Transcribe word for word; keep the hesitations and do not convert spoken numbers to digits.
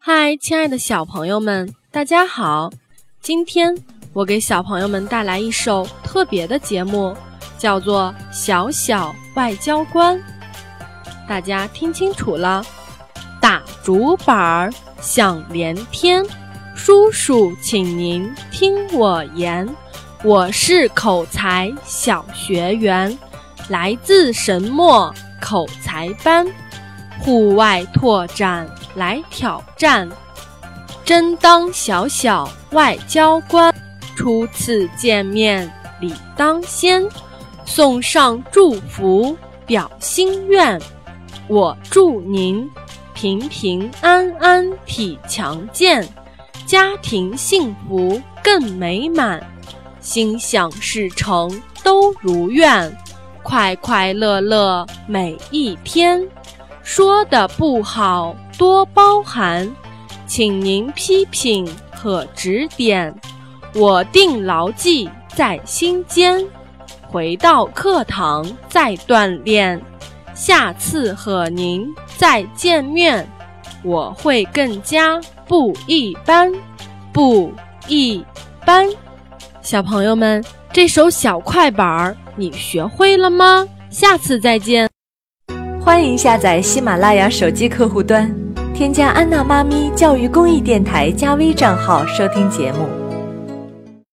嗨，亲爱的小朋友们，大家好！今天我给小朋友们带来一首特别的节目，叫做《小小外交官》。大家听清楚了，打竹板儿响连天，叔叔请您听我言，我是口才小学员，来自神墨口才班，户外拓展来挑战，真当小小外交官，初次见面礼当先，送上祝福表心愿，我祝您平平安安体强健，家庭幸福更美满，心想事成都如愿，快快乐乐每一天，说的不好多包涵，请您批评和指点，我定牢记在心间，回到课堂再锻炼，下次和您再见面，我会更加不一般，不一般。小朋友们，这首小快板儿你学会了吗？下次再见。 欢迎下载喜马拉雅手机客户端，添加安娜妈咪教育公益电台加微账号收听节目。